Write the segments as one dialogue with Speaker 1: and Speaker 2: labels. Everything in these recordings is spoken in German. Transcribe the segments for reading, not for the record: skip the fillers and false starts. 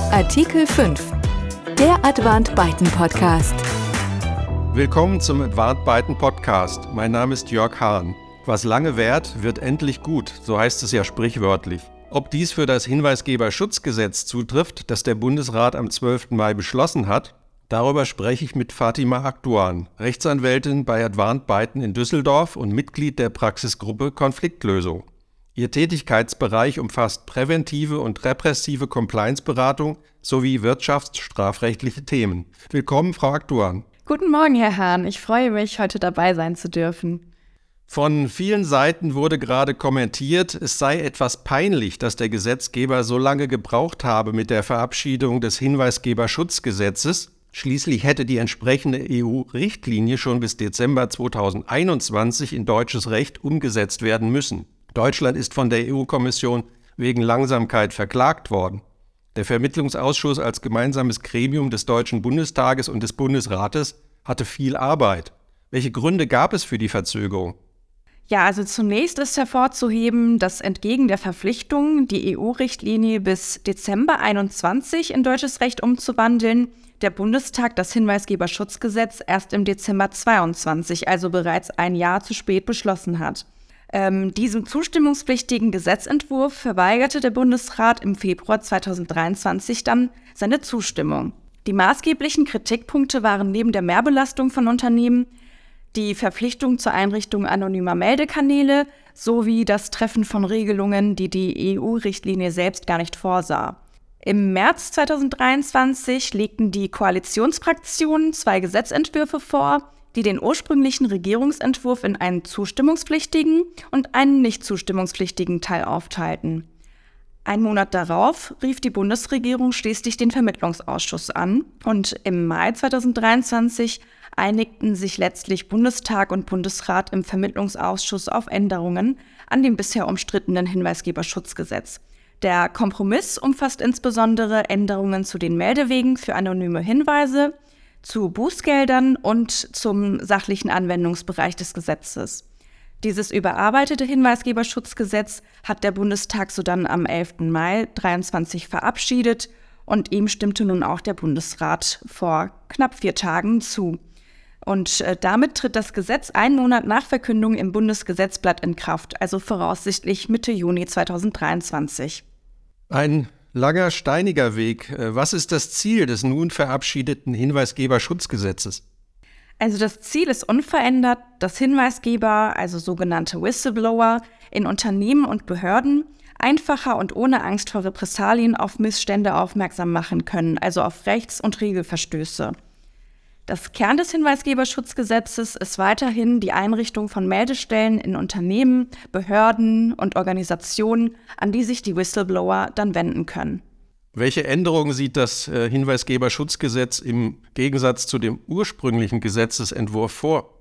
Speaker 1: Artikel 5. Der Advant Byten Podcast.
Speaker 2: Willkommen zum Advant Byten Podcast. Mein Name ist Jörg Hahn. Was lange währt, wird endlich gut, so heißt es ja sprichwörtlich. Ob dies für das Hinweisgeberschutzgesetz zutrifft, das der Bundesrat am 12. Mai beschlossen hat, darüber spreche ich mit Fatima Akdoğan, Rechtsanwältin bei Advant Byten in Düsseldorf und Mitglied der Praxisgruppe Konfliktlösung. Ihr Tätigkeitsbereich umfasst präventive und repressive Compliance-Beratung sowie wirtschaftsstrafrechtliche Themen. Willkommen, Frau Akdoğan.
Speaker 3: Guten Morgen, Herr Hahn. Ich freue mich, heute dabei sein zu dürfen.
Speaker 2: Von vielen Seiten wurde gerade kommentiert, es sei etwas peinlich, dass der Gesetzgeber so lange gebraucht habe mit der Verabschiedung des Hinweisgeberschutzgesetzes. Schließlich hätte die entsprechende EU-Richtlinie schon bis Dezember 2021 in deutsches Recht umgesetzt werden müssen. Deutschland ist von der EU-Kommission wegen Langsamkeit verklagt worden. Der Vermittlungsausschuss als gemeinsames Gremium des Deutschen Bundestages und des Bundesrates hatte viel Arbeit. Welche Gründe gab es für die Verzögerung?
Speaker 3: Ja, also zunächst ist hervorzuheben, dass entgegen der Verpflichtung, die EU-Richtlinie bis Dezember 2021 in deutsches Recht umzuwandeln, der Bundestag das Hinweisgeberschutzgesetz erst im Dezember 2022, also bereits ein Jahr zu spät, beschlossen hat. Diesem zustimmungspflichtigen Gesetzentwurf verweigerte der Bundesrat im Februar 2023 dann seine Zustimmung. Die maßgeblichen Kritikpunkte waren neben der Mehrbelastung von Unternehmen die Verpflichtung zur Einrichtung anonymer Meldekanäle sowie das Treffen von Regelungen, die die EU-Richtlinie selbst gar nicht vorsah. Im März 2023 legten die Koalitionsfraktionen 2 Gesetzentwürfe vor, die den ursprünglichen Regierungsentwurf in einen zustimmungspflichtigen und einen nicht zustimmungspflichtigen Teil aufteilten. Einen Monat darauf rief die Bundesregierung schließlich den Vermittlungsausschuss an und im Mai 2023 einigten sich letztlich Bundestag und Bundesrat im Vermittlungsausschuss auf Änderungen an dem bisher umstrittenen Hinweisgeberschutzgesetz. Der Kompromiss umfasst insbesondere Änderungen zu den Meldewegen für anonyme Hinweise, zu Bußgeldern und zum sachlichen Anwendungsbereich des Gesetzes. Dieses überarbeitete Hinweisgeberschutzgesetz hat der Bundestag sodann am 11. Mai 2023 verabschiedet und ihm stimmte nun auch der Bundesrat vor knapp 4 Tagen zu. Und damit tritt das Gesetz einen Monat nach Verkündung im Bundesgesetzblatt in Kraft, also voraussichtlich Mitte Juni 2023.
Speaker 2: Ein langer, steiniger Weg. Was ist das Ziel des nun verabschiedeten Hinweisgeberschutzgesetzes?
Speaker 3: Also das Ziel ist unverändert, dass Hinweisgeber, also sogenannte Whistleblower, in Unternehmen und Behörden einfacher und ohne Angst vor Repressalien auf Missstände aufmerksam machen können, also auf Rechts- und Regelverstöße. Das Kern des Hinweisgeberschutzgesetzes ist weiterhin die Einrichtung von Meldestellen in Unternehmen, Behörden und Organisationen, an die sich die Whistleblower dann wenden können.
Speaker 2: Welche Änderungen sieht das Hinweisgeberschutzgesetz im Gegensatz zu dem ursprünglichen Gesetzesentwurf vor?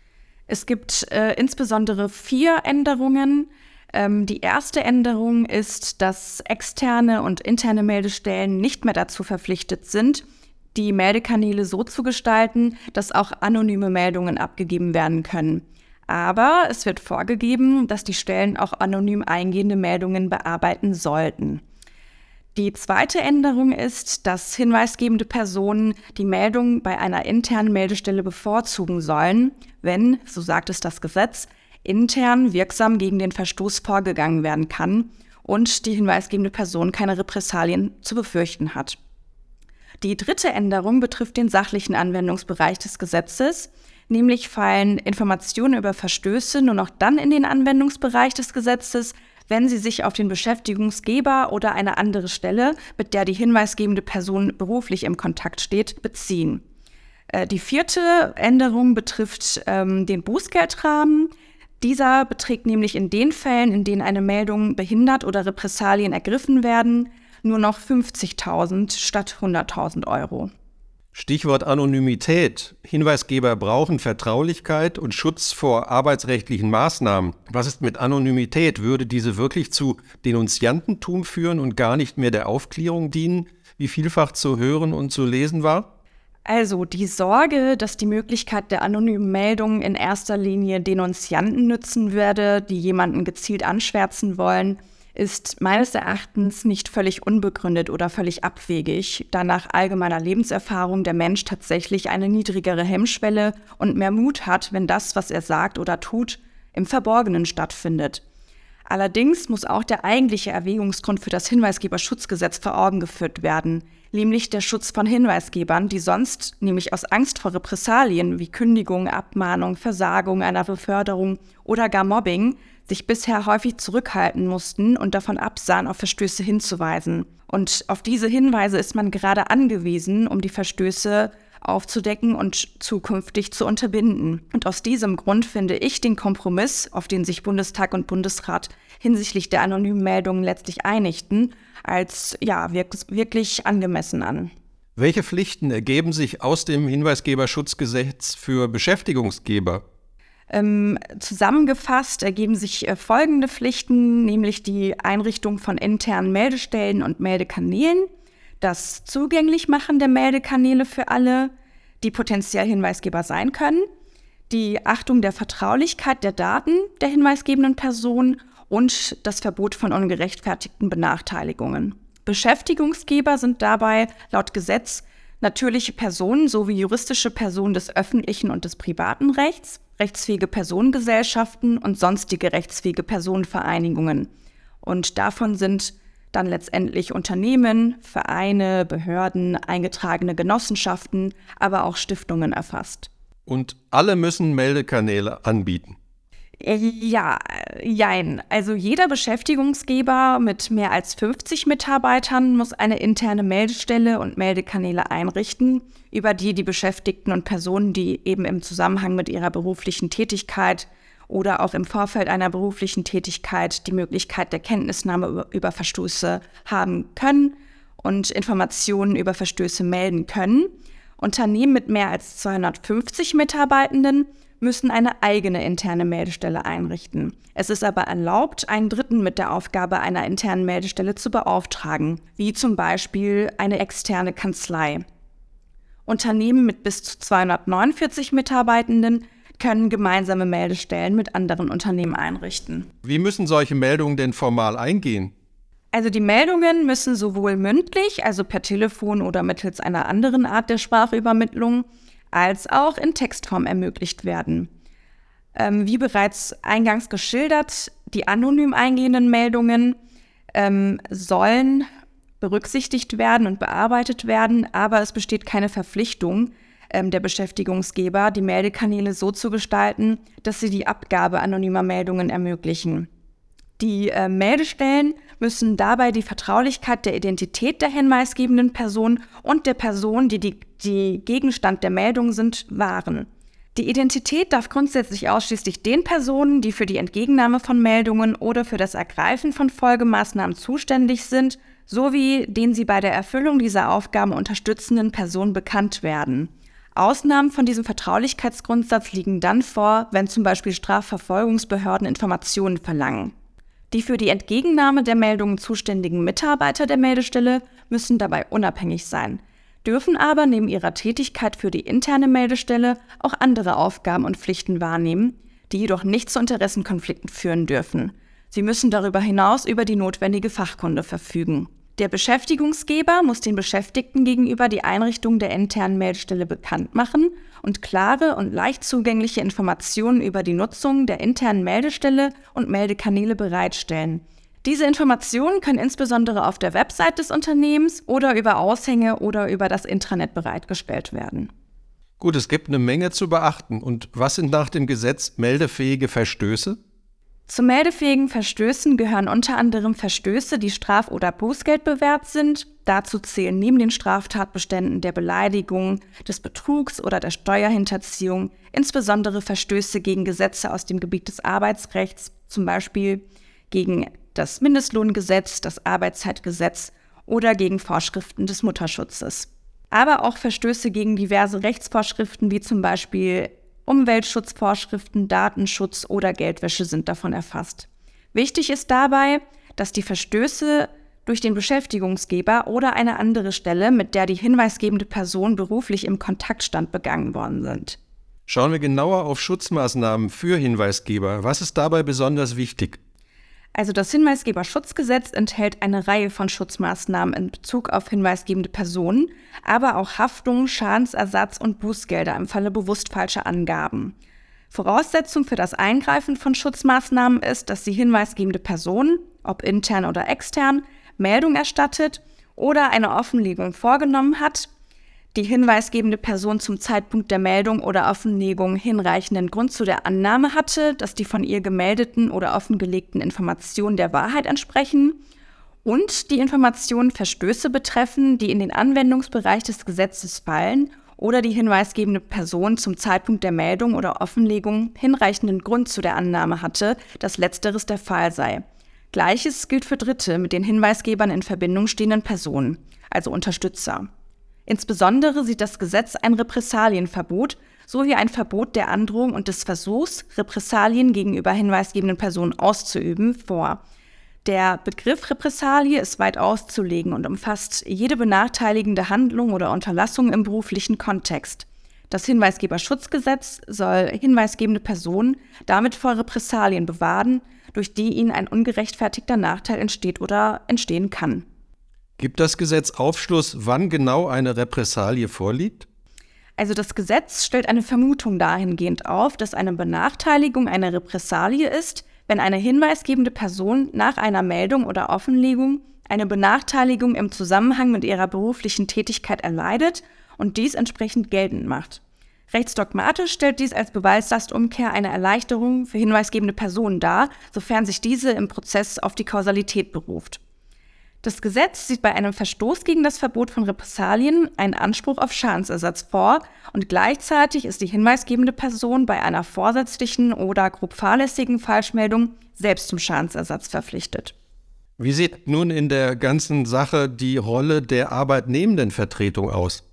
Speaker 3: Es gibt insbesondere 4 Änderungen. Die erste Änderung ist, dass externe und interne Meldestellen nicht mehr dazu verpflichtet sind, die Meldekanäle so zu gestalten, dass auch anonyme Meldungen abgegeben werden können. Aber es wird vorgegeben, dass die Stellen auch anonym eingehende Meldungen bearbeiten sollten. Die zweite Änderung ist, dass hinweisgebende Personen die Meldung bei einer internen Meldestelle bevorzugen sollen, wenn, so sagt es das Gesetz, intern wirksam gegen den Verstoß vorgegangen werden kann und die hinweisgebende Person keine Repressalien zu befürchten hat. Die dritte Änderung betrifft den sachlichen Anwendungsbereich des Gesetzes, nämlich fallen Informationen über Verstöße nur noch dann in den Anwendungsbereich des Gesetzes, wenn sie sich auf den Beschäftigungsgeber oder eine andere Stelle, mit der die hinweisgebende Person beruflich im Kontakt steht, beziehen. Die vierte Änderung betrifft den Bußgeldrahmen. Dieser beträgt nämlich in den Fällen, in denen eine Meldung behindert oder Repressalien ergriffen werden, nur noch 50.000 statt 100.000 Euro.
Speaker 2: Stichwort Anonymität. Hinweisgeber brauchen Vertraulichkeit und Schutz vor arbeitsrechtlichen Maßnahmen. Was ist mit Anonymität? Würde diese wirklich zu Denunziantentum führen und gar nicht mehr der Aufklärung dienen, wie vielfach zu hören und zu lesen war?
Speaker 3: Also die Sorge, dass die Möglichkeit der anonymen Meldung in erster Linie Denunzianten nützen werde, die jemanden gezielt anschwärzen wollen, ist meines Erachtens nicht völlig unbegründet oder völlig abwegig, da nach allgemeiner Lebenserfahrung der Mensch tatsächlich eine niedrigere Hemmschwelle und mehr Mut hat, wenn das, was er sagt oder tut, im Verborgenen stattfindet. Allerdings muss auch der eigentliche Erwägungsgrund für das Hinweisgeberschutzgesetz vor Augen geführt werden, nämlich der Schutz von Hinweisgebern, die sonst nämlich aus Angst vor Repressalien wie Kündigung, Abmahnung, Versagung einer Beförderung oder gar Mobbing sich bisher häufig zurückhalten mussten und davon absahen, auf Verstöße hinzuweisen. Und auf diese Hinweise ist man gerade angewiesen, um die Verstöße aufzudecken und zukünftig zu unterbinden. Und aus diesem Grund finde ich den Kompromiss, auf den sich Bundestag und Bundesrat hinsichtlich der anonymen Meldungen letztlich einigten, als wirklich angemessen an.
Speaker 2: Welche Pflichten ergeben sich aus dem Hinweisgeberschutzgesetz für Beschäftigungsgeber?
Speaker 3: Zusammengefasst ergeben sich folgende Pflichten, nämlich die Einrichtung von internen Meldestellen und Meldekanälen, das Zugänglichmachen der Meldekanäle für alle, die potenziell Hinweisgeber sein können, die Achtung der Vertraulichkeit der Daten der hinweisgebenden Person und das Verbot von ungerechtfertigten Benachteiligungen. Beschäftigungsgeber sind dabei laut Gesetz natürliche Personen sowie juristische Personen des öffentlichen und des privaten Rechts, rechtsfähige Personengesellschaften und sonstige rechtsfähige Personenvereinigungen. Und davon sind dann letztendlich Unternehmen, Vereine, Behörden, eingetragene Genossenschaften, aber auch Stiftungen erfasst.
Speaker 2: Und alle müssen Meldekanäle anbieten?
Speaker 3: Jein. Also jeder Beschäftigungsgeber mit mehr als 50 Mitarbeitern muss eine interne Meldestelle und Meldekanäle einrichten, über die die Beschäftigten und Personen, die eben im Zusammenhang mit ihrer beruflichen Tätigkeit oder auch im Vorfeld einer beruflichen Tätigkeit die Möglichkeit der Kenntnisnahme über Verstöße haben können und Informationen über Verstöße melden können. Unternehmen mit mehr als 250 Mitarbeitenden müssen eine eigene interne Meldestelle einrichten. Es ist aber erlaubt, einen Dritten mit der Aufgabe einer internen Meldestelle zu beauftragen, wie zum Beispiel eine externe Kanzlei. Unternehmen mit bis zu 249 Mitarbeitenden können gemeinsame Meldestellen mit anderen Unternehmen einrichten.
Speaker 2: Wie müssen solche Meldungen denn formal eingehen?
Speaker 3: Also die Meldungen müssen sowohl mündlich, also per Telefon oder mittels einer anderen Art der Sprachübermittlung, als auch in Textform ermöglicht werden. Wie bereits eingangs geschildert, die anonym eingehenden Meldungen sollen berücksichtigt werden und bearbeitet werden, aber es besteht keine Verpflichtung der Beschäftigungsgeber, die Meldekanäle so zu gestalten, dass sie die Abgabe anonymer Meldungen ermöglichen. Die Meldestellen müssen dabei die Vertraulichkeit der Identität der hinweisgebenden Person und der Person, die Gegenstand der Meldung sind, wahren. Die Identität darf grundsätzlich ausschließlich den Personen, die für die Entgegennahme von Meldungen oder für das Ergreifen von Folgemaßnahmen zuständig sind, sowie den sie bei der Erfüllung dieser Aufgaben unterstützenden Personen bekannt werden. Ausnahmen von diesem Vertraulichkeitsgrundsatz liegen dann vor, wenn zum Beispiel Strafverfolgungsbehörden Informationen verlangen. Die für die Entgegennahme der Meldungen zuständigen Mitarbeiter der Meldestelle müssen dabei unabhängig sein, dürfen aber neben ihrer Tätigkeit für die interne Meldestelle auch andere Aufgaben und Pflichten wahrnehmen, die jedoch nicht zu Interessenkonflikten führen dürfen. Sie müssen darüber hinaus über die notwendige Fachkunde verfügen. Der Beschäftigungsgeber muss den Beschäftigten gegenüber die Einrichtung der internen Meldestelle bekannt machen und klare und leicht zugängliche Informationen über die Nutzung der internen Meldestelle und Meldekanäle bereitstellen. Diese Informationen können insbesondere auf der Website des Unternehmens oder über Aushänge oder über das Intranet bereitgestellt werden.
Speaker 2: Gut, es gibt eine Menge zu beachten. Und was sind nach dem Gesetz meldefähige Verstöße?
Speaker 3: Zu meldefähigen Verstößen gehören unter anderem Verstöße, die straf- oder bußgeldbewehrt sind. Dazu zählen neben den Straftatbeständen der Beleidigung, des Betrugs oder der Steuerhinterziehung insbesondere Verstöße gegen Gesetze aus dem Gebiet des Arbeitsrechts, zum Beispiel gegen das Mindestlohngesetz, das Arbeitszeitgesetz oder gegen Vorschriften des Mutterschutzes. Aber auch Verstöße gegen diverse Rechtsvorschriften wie zum Beispiel Umweltschutzvorschriften, Datenschutz oder Geldwäsche sind davon erfasst. Wichtig ist dabei, dass die Verstöße durch den Beschäftigungsgeber oder eine andere Stelle, mit der die hinweisgebende Person beruflich im Kontakt stand, begangen worden sind.
Speaker 2: Schauen wir genauer auf Schutzmaßnahmen für Hinweisgeber. Was ist dabei besonders wichtig?
Speaker 3: Also das Hinweisgeberschutzgesetz enthält eine Reihe von Schutzmaßnahmen in Bezug auf hinweisgebende Personen, aber auch Haftung, Schadensersatz und Bußgelder im Falle bewusst falscher Angaben. Voraussetzung für das Eingreifen von Schutzmaßnahmen ist, dass die hinweisgebende Person, ob intern oder extern, Meldung erstattet oder eine Offenlegung vorgenommen hat, die hinweisgebende Person zum Zeitpunkt der Meldung oder Offenlegung hinreichenden Grund zu der Annahme hatte, dass die von ihr gemeldeten oder offengelegten Informationen der Wahrheit entsprechen und die Informationen Verstöße betreffen, die in den Anwendungsbereich des Gesetzes fallen oder die hinweisgebende Person zum Zeitpunkt der Meldung oder Offenlegung hinreichenden Grund zu der Annahme hatte, dass letzteres der Fall sei. Gleiches gilt für Dritte mit den Hinweisgebern in Verbindung stehenden Personen, also Unterstützer. Insbesondere sieht das Gesetz ein Repressalienverbot sowie ein Verbot der Androhung und des Versuchs, Repressalien gegenüber hinweisgebenden Personen auszuüben, vor. Der Begriff Repressalie ist weit auszulegen und umfasst jede benachteiligende Handlung oder Unterlassung im beruflichen Kontext. Das Hinweisgeberschutzgesetz soll hinweisgebende Personen damit vor Repressalien bewahren, durch die ihnen ein ungerechtfertigter Nachteil entsteht oder entstehen kann.
Speaker 2: Gibt das Gesetz Aufschluss, wann genau eine Repressalie vorliegt?
Speaker 3: Also das Gesetz stellt eine Vermutung dahingehend auf, dass eine Benachteiligung eine Repressalie ist, wenn eine hinweisgebende Person nach einer Meldung oder Offenlegung eine Benachteiligung im Zusammenhang mit ihrer beruflichen Tätigkeit erleidet und dies entsprechend geltend macht. Rechtsdogmatisch stellt dies als Beweislastumkehr eine Erleichterung für hinweisgebende Personen dar, sofern sich diese im Prozess auf die Kausalität beruft. Das Gesetz sieht bei einem Verstoß gegen das Verbot von Repressalien einen Anspruch auf Schadensersatz vor und gleichzeitig ist die hinweisgebende Person bei einer vorsätzlichen oder grob fahrlässigen Falschmeldung selbst zum Schadensersatz verpflichtet.
Speaker 2: Wie sieht nun in der ganzen Sache die Rolle der Arbeitnehmendenvertretung aus?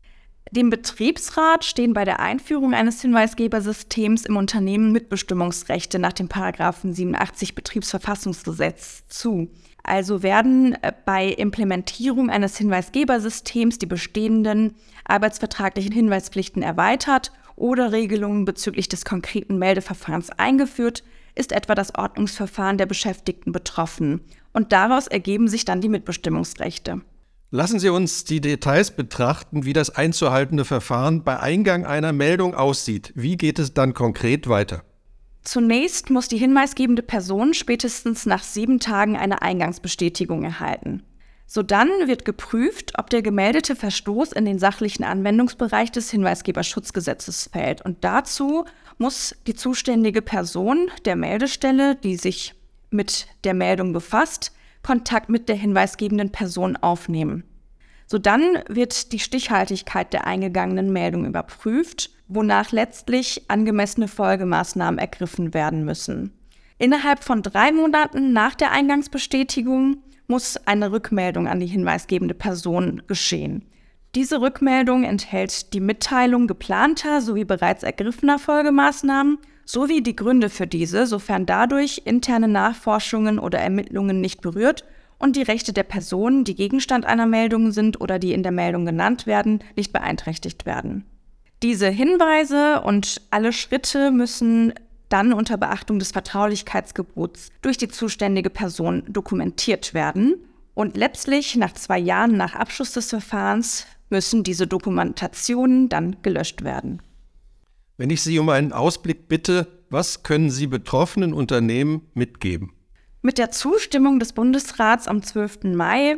Speaker 3: Dem Betriebsrat stehen bei der Einführung eines Hinweisgebersystems im Unternehmen Mitbestimmungsrechte nach dem § 87 Betriebsverfassungsgesetz zu. Also werden bei Implementierung eines Hinweisgebersystems die bestehenden arbeitsvertraglichen Hinweispflichten erweitert oder Regelungen bezüglich des konkreten Meldeverfahrens eingeführt, ist etwa das Ordnungsverfahren der Beschäftigten betroffen. Und daraus ergeben sich dann die Mitbestimmungsrechte.
Speaker 2: Lassen Sie uns die Details betrachten, wie das einzuhaltende Verfahren bei Eingang einer Meldung aussieht. Wie geht es dann konkret weiter?
Speaker 3: Zunächst muss die hinweisgebende Person spätestens nach 7 Tagen eine Eingangsbestätigung erhalten. Sodann wird geprüft, ob der gemeldete Verstoß in den sachlichen Anwendungsbereich des Hinweisgeberschutzgesetzes fällt. Und dazu muss die zuständige Person der Meldestelle, die sich mit der Meldung befasst, Kontakt mit der hinweisgebenden Person aufnehmen. Sodann wird die Stichhaltigkeit der eingegangenen Meldung überprüft, wonach letztlich angemessene Folgemaßnahmen ergriffen werden müssen. Innerhalb von 3 Monaten nach der Eingangsbestätigung muss eine Rückmeldung an die hinweisgebende Person geschehen. Diese Rückmeldung enthält die Mitteilung geplanter sowie bereits ergriffener Folgemaßnahmen sowie die Gründe für diese, sofern dadurch interne Nachforschungen oder Ermittlungen nicht berührt und die Rechte der Personen, die Gegenstand einer Meldung sind oder die in der Meldung genannt werden, nicht beeinträchtigt werden. Diese Hinweise und alle Schritte müssen dann unter Beachtung des Vertraulichkeitsgebots durch die zuständige Person dokumentiert werden und letztlich nach 2 Jahren nach Abschluss des Verfahrens müssen diese Dokumentationen dann gelöscht werden.
Speaker 2: Wenn ich Sie um einen Ausblick bitte, was können Sie betroffenen Unternehmen mitgeben?
Speaker 3: Mit der Zustimmung des Bundesrats am 12. Mai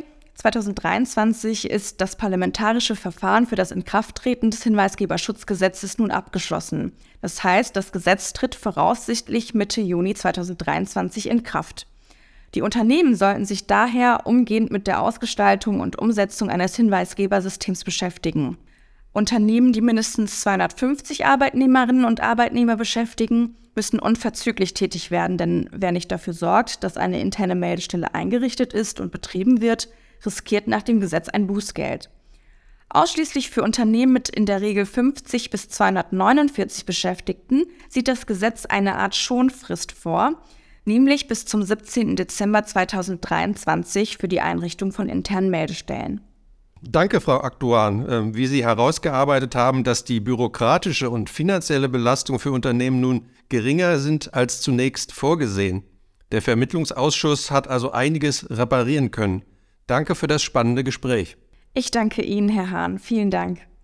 Speaker 3: 2023 ist das parlamentarische Verfahren für das Inkrafttreten des Hinweisgeberschutzgesetzes nun abgeschlossen. Das heißt, das Gesetz tritt voraussichtlich Mitte Juni 2023 in Kraft. Die Unternehmen sollten sich daher umgehend mit der Ausgestaltung und Umsetzung eines Hinweisgebersystems beschäftigen. Unternehmen, die mindestens 250 Arbeitnehmerinnen und Arbeitnehmer beschäftigen, müssen unverzüglich tätig werden, denn wer nicht dafür sorgt, dass eine interne Meldestelle eingerichtet ist und betrieben wird, riskiert nach dem Gesetz ein Bußgeld. Ausschließlich für Unternehmen mit in der Regel 50 bis 249 Beschäftigten sieht das Gesetz eine Art Schonfrist vor, nämlich bis zum 17. Dezember 2023 für die Einrichtung von internen Meldestellen.
Speaker 2: Danke, Frau Akdoan. Wie Sie herausgearbeitet haben, dass die bürokratische und finanzielle Belastung für Unternehmen nun geringer sind als zunächst vorgesehen. Der Vermittlungsausschuss hat also einiges reparieren können. Danke für das spannende Gespräch.
Speaker 3: Ich danke Ihnen, Herr Hahn. Vielen Dank.